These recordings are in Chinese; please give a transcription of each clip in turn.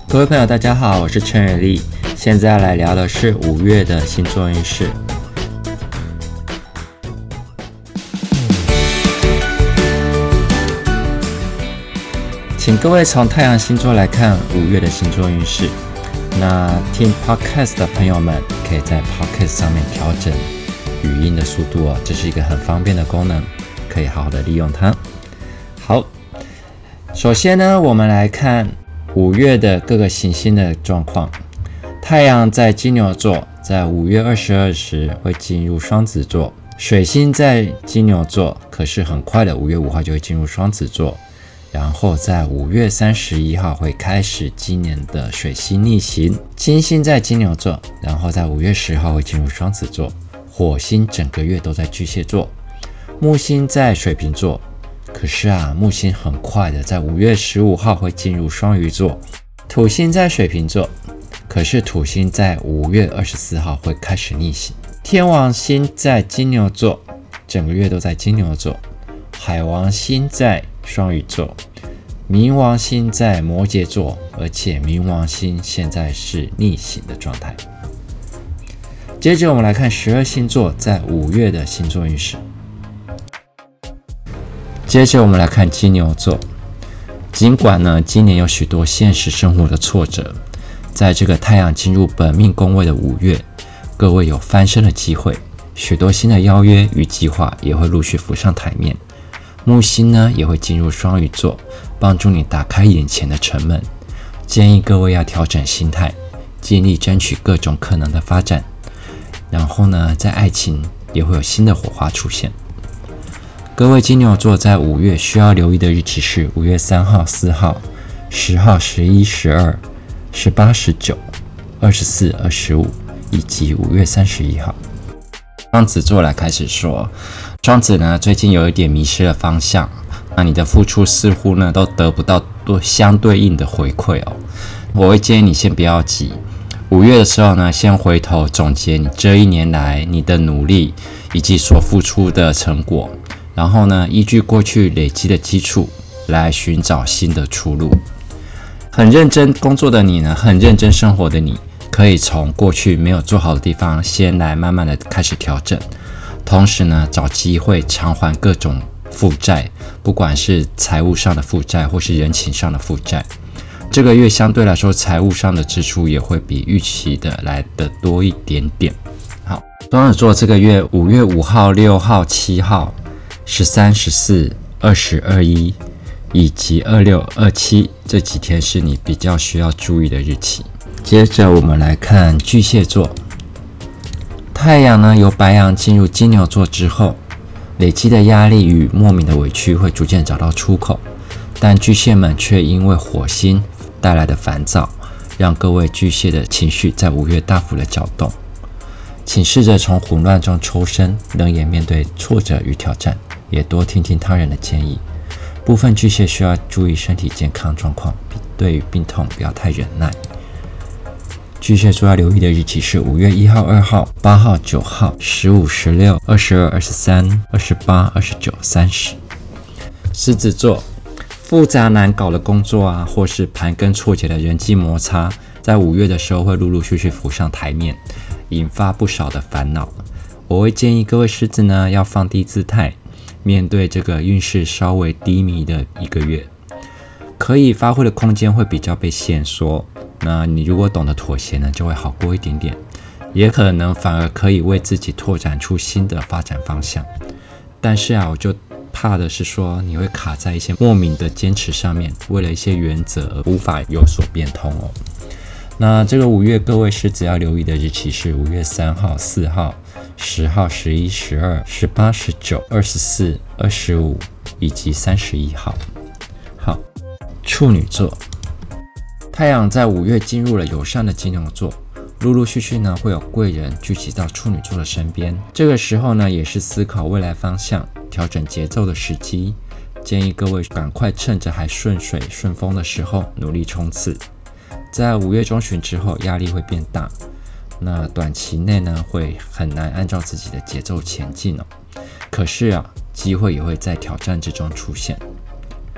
各位朋友大家好，我是陈远丽，现在来聊的是5月的星座运势。请各位从太阳星座来看5月的星座运势。那听 Podcast 的朋友们可以在 Podcast 上面调整语音的速度哦，这是一个很方便的功能，可以好好的利用它。好，首先呢，我们来看5月的各个行星的状况。太阳在金牛座，在5月22时会进入双子座。水星在金牛座，可是很快的5月5号就会进入双子座。然后在5月31号会开始今年的水星逆行。金星在金牛座，然后在5月10号会进入双子座。火星整个月都在巨蟹座。木星在水瓶座，可是木星很快的在5月15号会进入双鱼座。土星在水瓶座，可是土星在5月24号会开始逆行。天王星在金牛座，整个月都在金牛座。海王星在双鱼座，冥王星在摩羯座，而且冥王星现在是逆行的状态。接着我们来看12星座在5月的星座运势。接着我们来看金牛座。尽管呢今年有许多现实生活的挫折，在这个太阳进入本命宫位的5月，各位有翻身的机会，许多新的邀约与计划也会陆续浮上台面。木星呢也会进入双鱼座，帮助你打开眼前的沉闷。建议各位要调整心态，尽力争取各种可能的发展。然后呢，在爱情也会有新的火花出现。各位金牛座在5月需要留意的日期是5月3号、4号、10号、11、12、18、19、24、25以及5月31号。双子座来开始说，双子呢最近有一点迷失了方向，那你的付出似乎呢都得不到相对应的回馈哦。我会建议你先不要急，5月的时候呢，先回头总结你这一年来你的努力以及所付出的成果，然后呢依据过去累积的基础来寻找新的出路。很认真工作的你呢，很认真生活的你，可以从过去没有做好的地方先来慢慢的开始调整，同时呢找机会偿还各种负债，不管是财务上的负债或是人情上的负债。这个月相对来说财务上的支出也会比预期的来得多一点点。好，双子座这个月5月5号、6号、7号、13、14、20、21以及26、27这几天是你比较需要注意的日期。接着我们来看巨蟹座。太阳呢由白羊进入金牛座之后，累积的压力与莫名的委屈会逐渐找到出口，但巨蟹们却因为火星带来的烦躁，让各位巨蟹的情绪在5月大幅的搅动。请试着从混乱中抽身，冷眼面对挫折与挑战，也多听听他人的建议。部分巨蟹需要注意身体健康状况，对于病痛不要太忍耐。巨蟹座要留意的日期是5月1号、2号、8号、9号、15、16、22、23、28、29、30。狮子座，复杂难搞的工作或是盘根错节的人际摩擦，在5月的时候会陆陆续续浮上台面，引发不少的烦恼。我会建议各位狮子呢，要放低姿态，面对这个运势稍微低迷的一个月，可以发挥的空间会比较被限缩。那你如果懂得妥协呢，就会好过一点点，也可能反而可以为自己拓展出新的发展方向。但是我就怕的是说，你会卡在一些莫名的坚持上面，为了一些原则而无法有所变通哦。那这个5月各位狮子要留意的日期是5月3号、4号、10号、11、12、18、19、24、25以及31号。好，处女座。太阳在5月进入了友善的金牛座，陆陆续续呢会有贵人聚集到处女座的身边。这个时候呢也是思考未来方向、调整节奏的时机。建议各位赶快趁着还顺水顺风的时候努力冲刺。在5月中旬之后压力会变大，那短期内呢会很难按照自己的节奏前进哦。可是机会也会在挑战之中出现。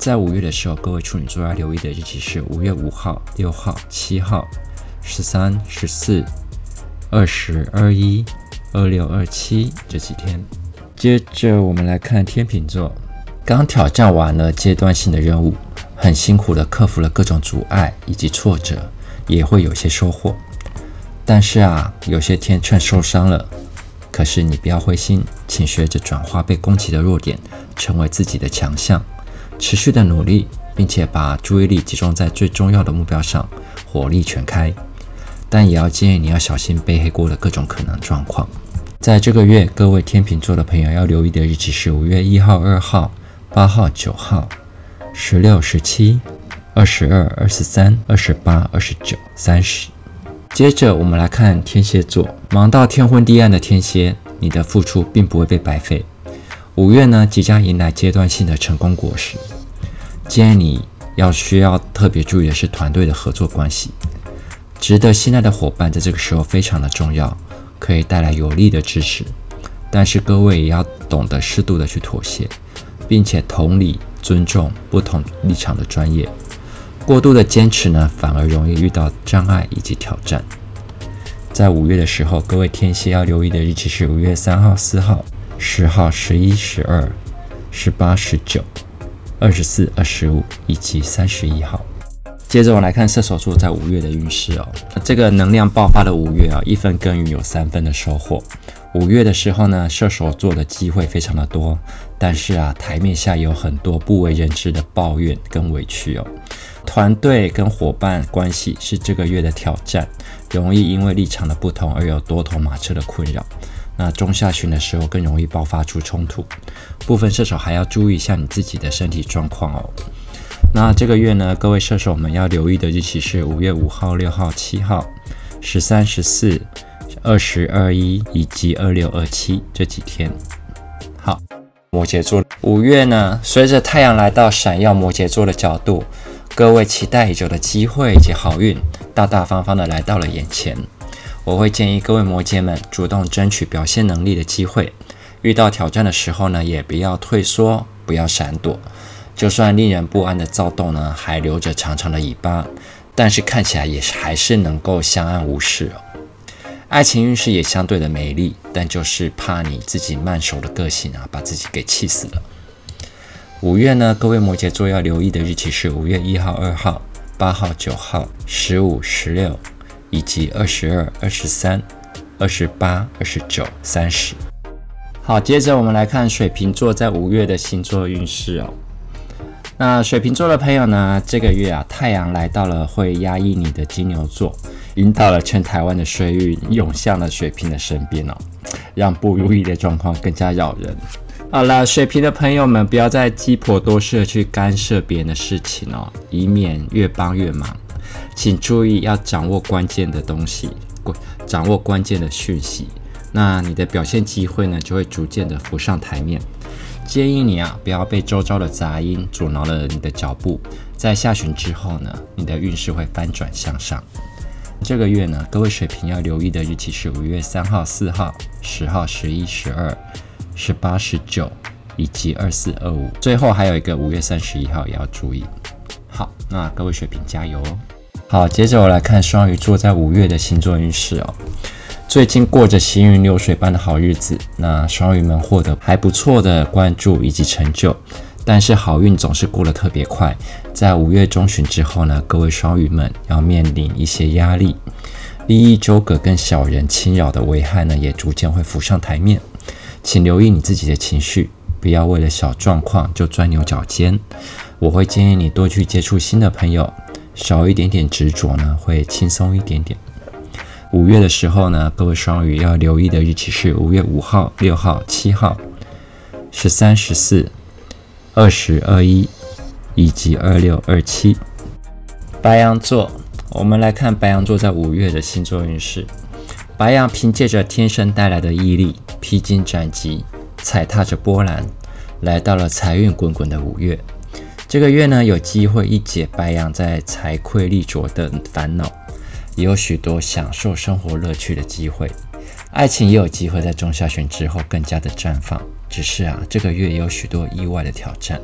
在5月的时候，各位处女座要留意的日期是5月5号、6号、7号、13、14、20、21、26、27这几天。接着我们来看天秤座，刚挑战完了阶段性的任务，很辛苦的克服了各种阻碍以及挫折，也会有些收获。但是有些天秤受伤了，可是你不要灰心，请学着转化被攻击的弱点，成为自己的强项，持续的努力，并且把注意力集中在最重要的目标上，火力全开。但也要建议你要小心背黑锅的各种可能状况。在这个月，各位天秤座的朋友要留意的日期是5月1号、2号、8号、9号、16、17、22、23、28、29、30。接着我们来看天蝎座，忙到天昏地暗的天蝎，你的付出并不会被白费。5月呢，即将迎来阶段性的成功果实。建议你需要特别注意的是团队的合作关系，值得信赖的伙伴在这个时候非常的重要，可以带来有力的支持。但是各位也要懂得适度的去妥协，并且同理尊重不同立场的专业。过度的坚持呢，反而容易遇到障碍以及挑战。在5月的时候，各位天蝎要留意的日期是5月3号、4号、10号、11、12、18、19、24、25以及31号。接着我来看射手座在5月的运势哦。这个能量爆发的5月1分耕耘有3分的收获。5月的时候呢，射手座的机会非常的多，但是台面下有很多不为人知的抱怨跟委屈哦。团队跟伙伴关系是这个月的挑战，容易因为立场的不同而有多头马车的困扰。那中下旬的时候更容易爆发出冲突，部分射手还要注意一下你自己的身体状况哦。那这个月呢，各位射手们要留意的日期是5月5号、6号、7号、13、14、20、21以及26、27这几天。好，摩羯座5月呢，随着太阳来到闪耀摩羯座的角度，各位期待已久的机会以及好运大大方方的来到了眼前。我会建议各位摩羯们主动争取表现能力的机会，遇到挑战的时候呢，也不要退缩，不要闪躲。就算令人不安的躁动呢，还留着长长的尾巴，但是看起来还是能够相安无事哦。爱情运势也相对的美丽，但就是怕你自己慢熟的个性把自己给气死了。5月呢，各位摩羯座要留意的日期是5月1号、2号、8号、9号、15、16以及22、23、28、29、30。好，接着我们来看水瓶座在5月的星座运势哦。那水瓶座的朋友呢，这个月太阳来到了会压抑你的金牛座，引导了全台湾的水运涌向了水瓶的身边哦，让不如意的状况更加扰人。好了，水瓶的朋友们，不要再鸡婆多事的去干涉别人的事情哦，以免越帮越忙。请注意要掌握关键的东西，掌握关键的讯息，那你的表现机会呢，就会逐渐的浮上台面。建议你不要被周遭的杂音阻挠了你的脚步，在下旬之后呢，你的运势会翻转向上。这个月呢，各位水瓶要留意的日期是5月3号、4号、10号、11、12、18、19以及24、25，最后还有一个5月31号也要注意。好，那各位水瓶加油哦。好，接着我来看双鱼座在5月的星座运势哦。最近过着行云流水般的好日子，那双鱼们获得还不错的关注以及成就，但是好运总是过得特别快。在5月中旬之后呢，各位双鱼们要面临一些压力，利益纠葛跟小人侵扰的危害呢，也逐渐会浮上台面。请留意你自己的情绪，不要为了小状况就钻牛角尖。我会建议你多去接触新的朋友，少一点点执着呢，会轻松一点点。5月的时候呢，各位双鱼要留意的日期是5月5号、6号、7号、13、14、20、21以及26、27。白羊座，我们来看白羊座在5月的星座运势。白羊凭借着天生带来的毅力，披荆斩棘，踩踏着波澜，来到了财运滚滚的5月。这个月呢，有机会一解白羊在财匮力浊的烦恼，也有许多享受生活乐趣的机会。爱情也有机会在中下旬之后更加的绽放，只是这个月也有许多意外的挑战，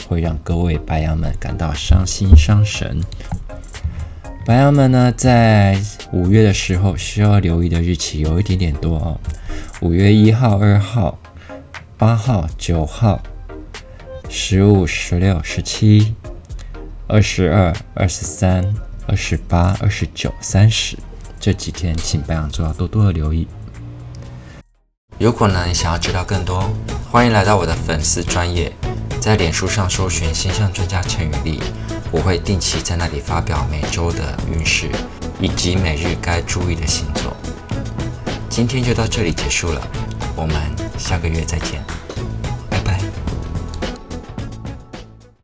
会让各位白羊们感到伤心伤神。白羊们呢，在5月的时候需要留意的日期有一点点多哦。5月1号、2号、8号、9号、15、16、17、22、23、28、29、30这几天，请白羊座要多多的留意。如果呢你想要知道更多，欢迎来到我的粉丝专页，在脸书上搜寻星象专家陈宇立，我会定期在那里发表每周的运势以及每日该注意的星座。今天就到这里结束了，我们下个月再见。